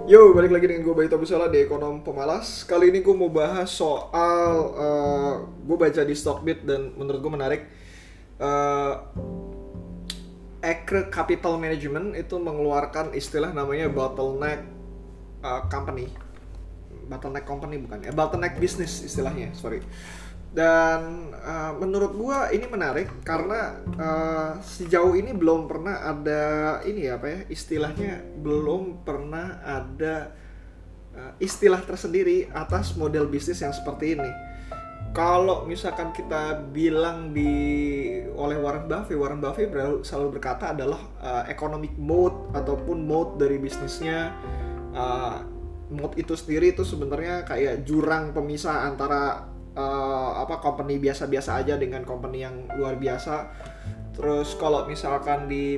Yo, balik lagi dengan gue Bayu Tabusala di Ekonom Pemalas. Kali ini gue mau bahas soal gue baca di Stockbit dan menurut gue menarik. Uh, Acre Capital Management itu mengeluarkan istilah namanya bottleneck company. Bottleneck company bukan ya, bottleneck business istilahnya, sorry. Dan menurut gua ini menarik karena sejauh ini belum pernah ada ini ya apa ya istilahnya, belum pernah ada istilah tersendiri atas model bisnis yang seperti ini. Kalau misalkan kita bilang oleh Warren Buffett selalu berkata adalah economic mode ataupun mode dari bisnisnya. Mode itu sendiri itu sebenarnya kayak jurang pemisah antara company biasa-biasa aja dengan company yang luar biasa. Terus kalau misalkan di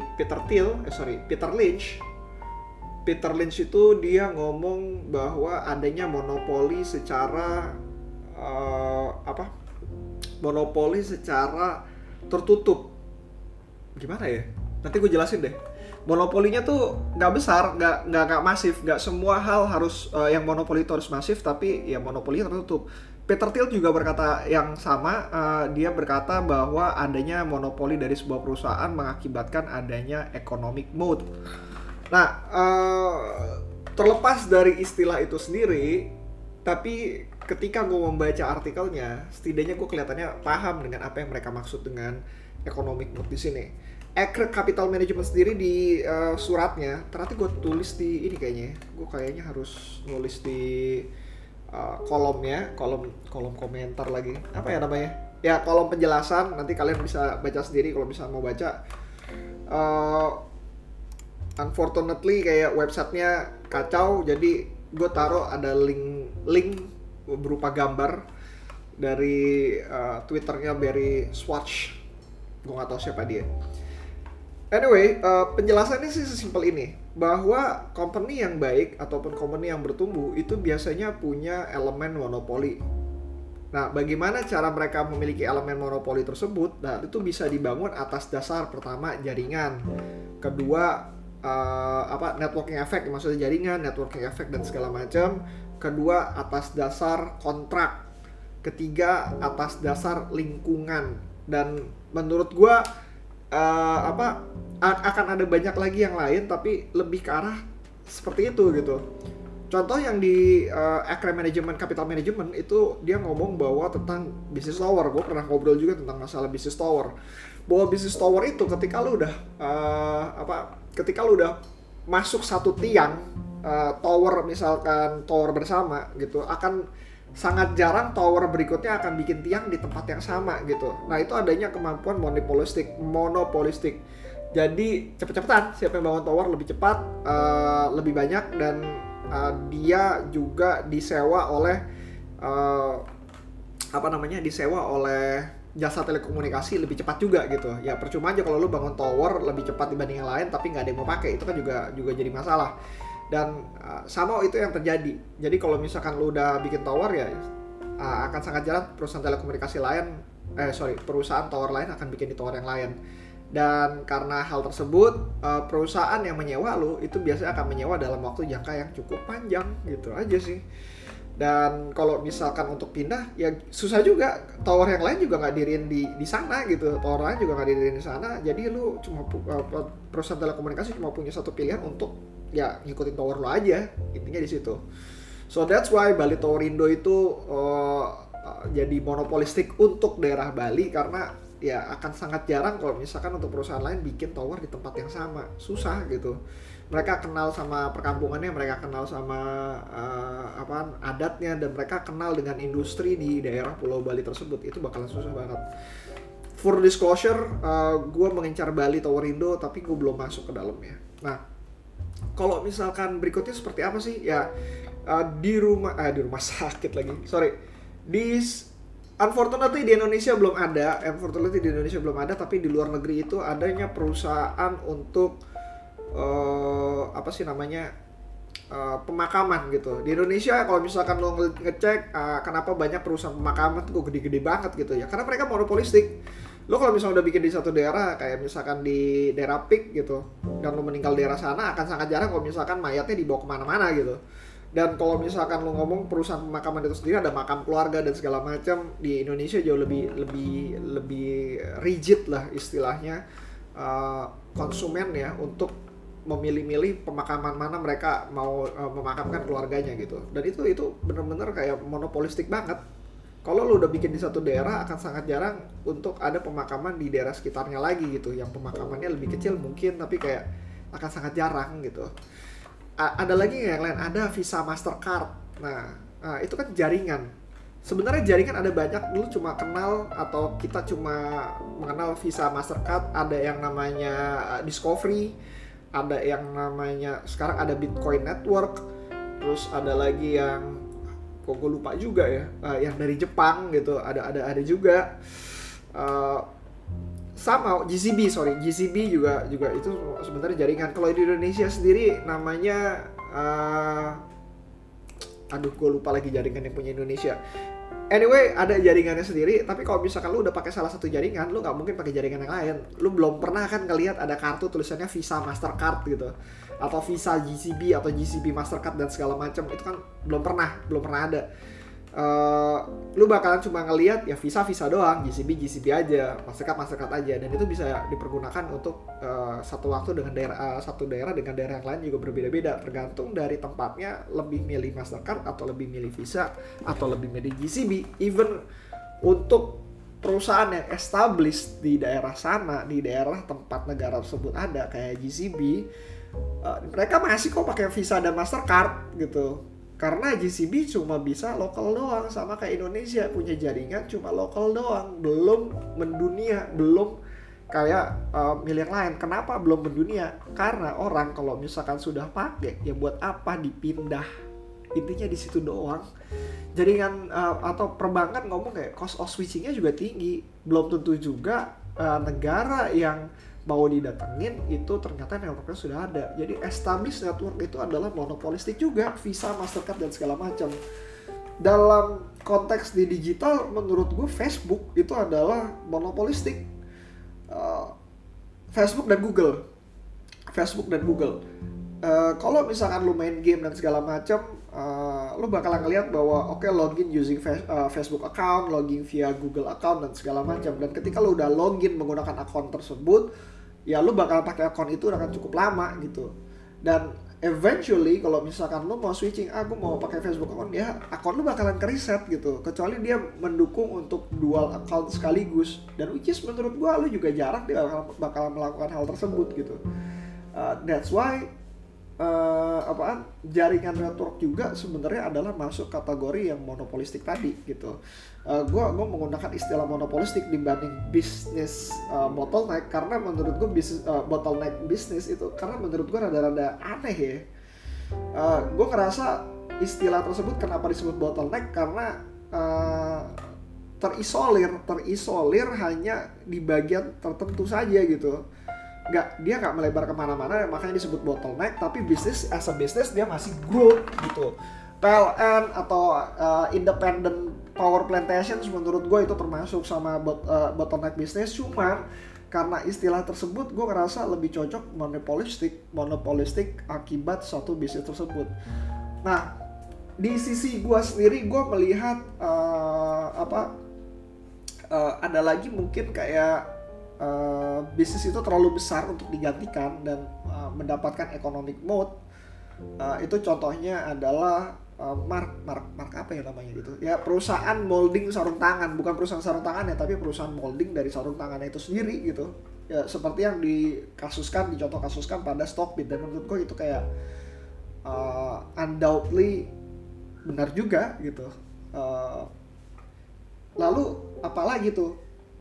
Peter Lynch itu dia ngomong bahwa adanya monopoli secara monopoli secara tertutup. Gimana ya? Nanti gue jelasin deh. Monopolinya tuh nggak besar, nggak masif, nggak semua hal harus yang monopoli itu harus masif, tapi ya monopolinya tertutup. Peter Thiel juga berkata yang sama, dia berkata bahwa adanya monopoli dari sebuah perusahaan mengakibatkan adanya economic mode. Nah, terlepas dari istilah itu sendiri, tapi ketika gue membaca artikelnya, setidaknya gue kelihatannya paham dengan apa yang mereka maksud dengan economic mode di sini. Acre Capital Management sendiri di suratnya, ternyata gue tulis di ini kayaknya, gue kayaknya harus nulis di kolom komentar lagi, apa ya namanya? Ya kolom penjelasan, nanti kalian bisa baca sendiri kalau bisa mau baca. Unfortunately kayak websitenya kacau, jadi gue taruh ada link berupa gambar dari Twitternya Barry Schwartz. Gue nggak tahu siapa dia. Anyway, penjelasannya sih sesimpel ini, bahwa company yang baik ataupun company yang bertumbuh itu biasanya punya elemen monopoli. Nah, bagaimana cara mereka memiliki elemen monopoli tersebut? Nah, itu bisa dibangun atas dasar pertama jaringan, kedua networking effect, maksudnya jaringan, networking effect dan segala macam. Kedua atas dasar kontrak, ketiga atas dasar lingkungan, dan menurut gua akan ada banyak lagi yang lain tapi lebih ke arah seperti itu gitu. Contoh yang di Acre Management Capital Management itu dia ngomong bahwa tentang business tower. Gue pernah ngobrol juga tentang masalah business tower. Bahwa business tower itu ketika lu udah masuk satu tiang tower, misalkan tower bersama gitu, akan sangat jarang tower berikutnya akan bikin tiang di tempat yang sama gitu. Nah, itu adanya kemampuan monopolistik. Jadi cepet-cepetan siapa yang bangun tower lebih cepat, lebih banyak, dan dia juga disewa oleh disewa oleh jasa telekomunikasi lebih cepat juga gitu. Ya percuma aja kalau lu bangun tower lebih cepat dibanding yang lain tapi nggak ada yang mau pakai, itu kan juga jadi masalah. Dan sama itu yang terjadi. Jadi kalau misalkan lu udah bikin tower ya akan sangat jarang perusahaan tower lain akan bikin di tower yang lain. Dan karena hal tersebut perusahaan yang menyewa lu itu biasanya akan menyewa dalam waktu jangka yang cukup panjang gitu aja sih. Dan kalau misalkan untuk pindah ya susah juga, tower yang lain juga nggak diriin di sana gitu, tower lain juga nggak diriin di sana. Jadi lu perusahaan telekomunikasi cuma punya satu pilihan untuk ya ngikutin tower lo aja, intinya di situ. So that's why Bali Towerindo itu jadi monopolistik untuk daerah Bali, karena ya akan sangat jarang kalau misalkan untuk perusahaan lain bikin tower di tempat yang sama, susah gitu. Mereka kenal sama perkampungannya, mereka kenal sama adatnya, dan mereka kenal dengan industri di daerah Pulau Bali tersebut, itu bakalan susah banget. For disclosure, gue mengincar Bali Towerindo tapi gue belum masuk ke dalamnya. Nah, kalau misalkan berikutnya seperti apa sih? Ya di rumah sakit lagi. Unfortunately di Indonesia belum ada, tapi di luar negeri itu adanya perusahaan untuk pemakaman gitu. Di Indonesia kalau misalkan lo ngecek kenapa banyak perusahaan pemakaman tuh gede-gede banget gitu ya, karena mereka monopolistik. Lo kalau misalnya udah bikin di satu daerah, kayak misalkan di daerah Pik gitu, dan lo meninggal di daerah sana, akan sangat jarang kalau misalkan mayatnya dibawa kemana-mana gitu. Dan kalau misalkan lo ngomong perusahaan pemakaman itu sendiri, ada makam keluarga dan segala macam, di Indonesia jauh lebih rigid lah istilahnya, konsumen ya, untuk memilih-milih pemakaman mana mereka mau memakamkan keluarganya gitu. Dan itu bener-bener kayak monopolistik banget. Kalau lo udah bikin di satu daerah, akan sangat jarang untuk ada pemakaman di daerah sekitarnya lagi gitu, yang pemakamannya lebih kecil mungkin, tapi kayak akan sangat jarang gitu. Ada lagi yang lain, ada Visa Mastercard. Nah, itu kan jaringan. Sebenarnya jaringan ada banyak. Dulu cuma kenal, atau kita cuma mengenal Visa Mastercard. Ada yang namanya Discovery, ada yang namanya sekarang ada Bitcoin Network, terus ada lagi yang kok gue lupa juga ya, yang dari Jepang gitu, ada juga, sama GCB juga itu sebenarnya jaringan. Kalau di Indonesia sendiri namanya aduh gue lupa lagi jaringan yang punya Indonesia. Anyway, ada jaringannya sendiri, tapi kalau misalkan lu udah pakai salah satu jaringan, lu nggak mungkin pakai jaringan yang lain. Lu belum pernah kan ngelihat ada kartu tulisannya Visa Mastercard gitu, atau Visa GCB atau GCB Mastercard dan segala macam. Itu kan belum pernah ada. Lu bakalan cuma ngelihat ya Visa doang, GCB aja, Mastercard aja, dan itu bisa dipergunakan untuk satu waktu dengan satu daerah dengan daerah yang lain juga berbeda-beda, tergantung dari tempatnya lebih milih Mastercard atau lebih milih Visa atau lebih milih GCB. Even untuk perusahaan yang established di daerah sana, di daerah tempat negara tersebut ada kayak GCB, mereka masih kok pakai Visa dan Mastercard gitu. Karena GCB cuma bisa lokal doang, sama kayak Indonesia punya jaringan cuma lokal doang, belum mendunia, belum kayak milik yang lain. Kenapa belum mendunia? Karena orang kalau misalkan sudah pakai, ya buat apa dipindah? Intinya di situ doang. Jaringan atau perbankan ngomong kayak cost of switchingnya juga tinggi. Belum tentu juga negara yang mau didatengin itu ternyata networknya sudah ada. Jadi established network itu adalah monopolistik juga, Visa, Mastercard dan segala macam. Dalam konteks di digital, menurut gue Facebook itu adalah monopolistik. Facebook dan Google. Kalau misalkan lu main game dan segala macam, lu bakalan ngeliat bahwa oke, login using Facebook account, login via Google account dan segala macam. Dan ketika lu udah login menggunakan akun tersebut, ya lu bakal pakai akun itu akan cukup lama gitu. Dan eventually kalau misalkan lu mau switching, gue mau pakai Facebook account, ya akun lu bakalan ke-reset gitu, kecuali dia mendukung untuk dual account sekaligus. Dan which is menurut gua lu juga jarang dia bakal melakukan hal tersebut gitu. That's why jaringan network juga sebenarnya adalah masuk kategori yang monopolistik tadi gitu. Gue menggunakan istilah monopolistik dibanding bisnis bottleneck, karena menurut gue bottleneck bisnis itu, karena menurut gue rada-rada aneh ya. Gue ngerasa istilah tersebut kenapa disebut bottleneck, karena terisolir hanya di bagian tertentu saja gitu. Dia nggak melebar kemana-mana, makanya disebut bottleneck. Tapi bisnis as a business dia masih growth gitu. PLN atau independent power plantations menurut gue itu termasuk sama bottleneck bisnis. Cuma karena istilah tersebut gue ngerasa lebih cocok monopolistik akibat satu bisnis tersebut. Nah, di sisi gue sendiri gue melihat ada lagi mungkin kayak bisnis itu terlalu besar untuk digantikan dan mendapatkan economic mode. Itu contohnya adalah Mark apa ya namanya gitu ya, perusahaan molding sarung tangan, bukan perusahaan sarung tangan ya, tapi perusahaan molding dari sarung tangannya itu sendiri gitu ya, seperti yang dicontoh kasuskan pada Stockbit. Dan menurut gue itu kayak undoubtedly benar juga gitu. Lalu apalagi tuh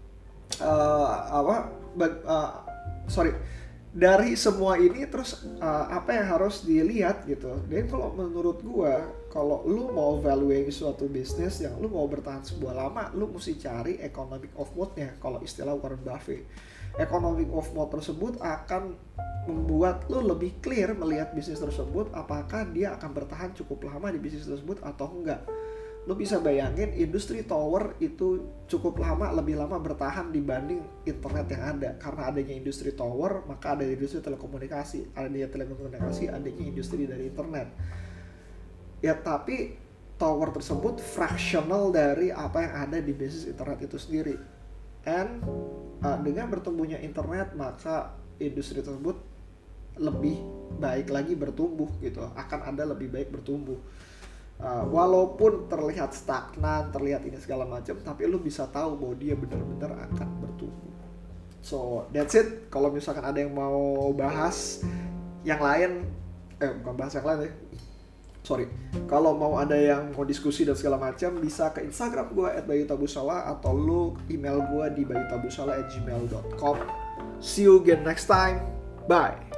dari semua ini terus apa yang harus dilihat gitu. Dan kalau menurut gua, kalau lu mau valuing suatu bisnis yang lu mau bertahan sebuah lama, lu mesti cari economic of mode-nya. Kalau istilah Warren Buffett, economic of mode tersebut akan membuat lu lebih clear melihat bisnis tersebut, apakah dia akan bertahan cukup lama di bisnis tersebut atau enggak. Lo bisa bayangin industri tower itu cukup lama, lebih lama bertahan dibanding internet yang ada. Karena adanya industri tower, maka ada industri telekomunikasi. Adanya telekomunikasi, adanya industri dari internet. Ya tapi tower tersebut fractional dari apa yang ada di bisnis internet itu sendiri. And dengan bertumbuhnya internet, maka industri tersebut lebih baik lagi bertumbuh gitu. Akan ada lebih baik bertumbuh. Walaupun terlihat stagnan, terlihat ini segala macam, tapi lu bisa tahu bahwa dia benar-benar akan bertumbuh. So that's it. Kalau misalkan ada yang mau bahas yang lain, bukan bahas yang lain ya. Sorry. Kalau mau ada yang mau diskusi dan segala macam, bisa ke Instagram gue @bayutabusala atau lu email gue di bayutabusala@gmail.com. See you again next time. Bye.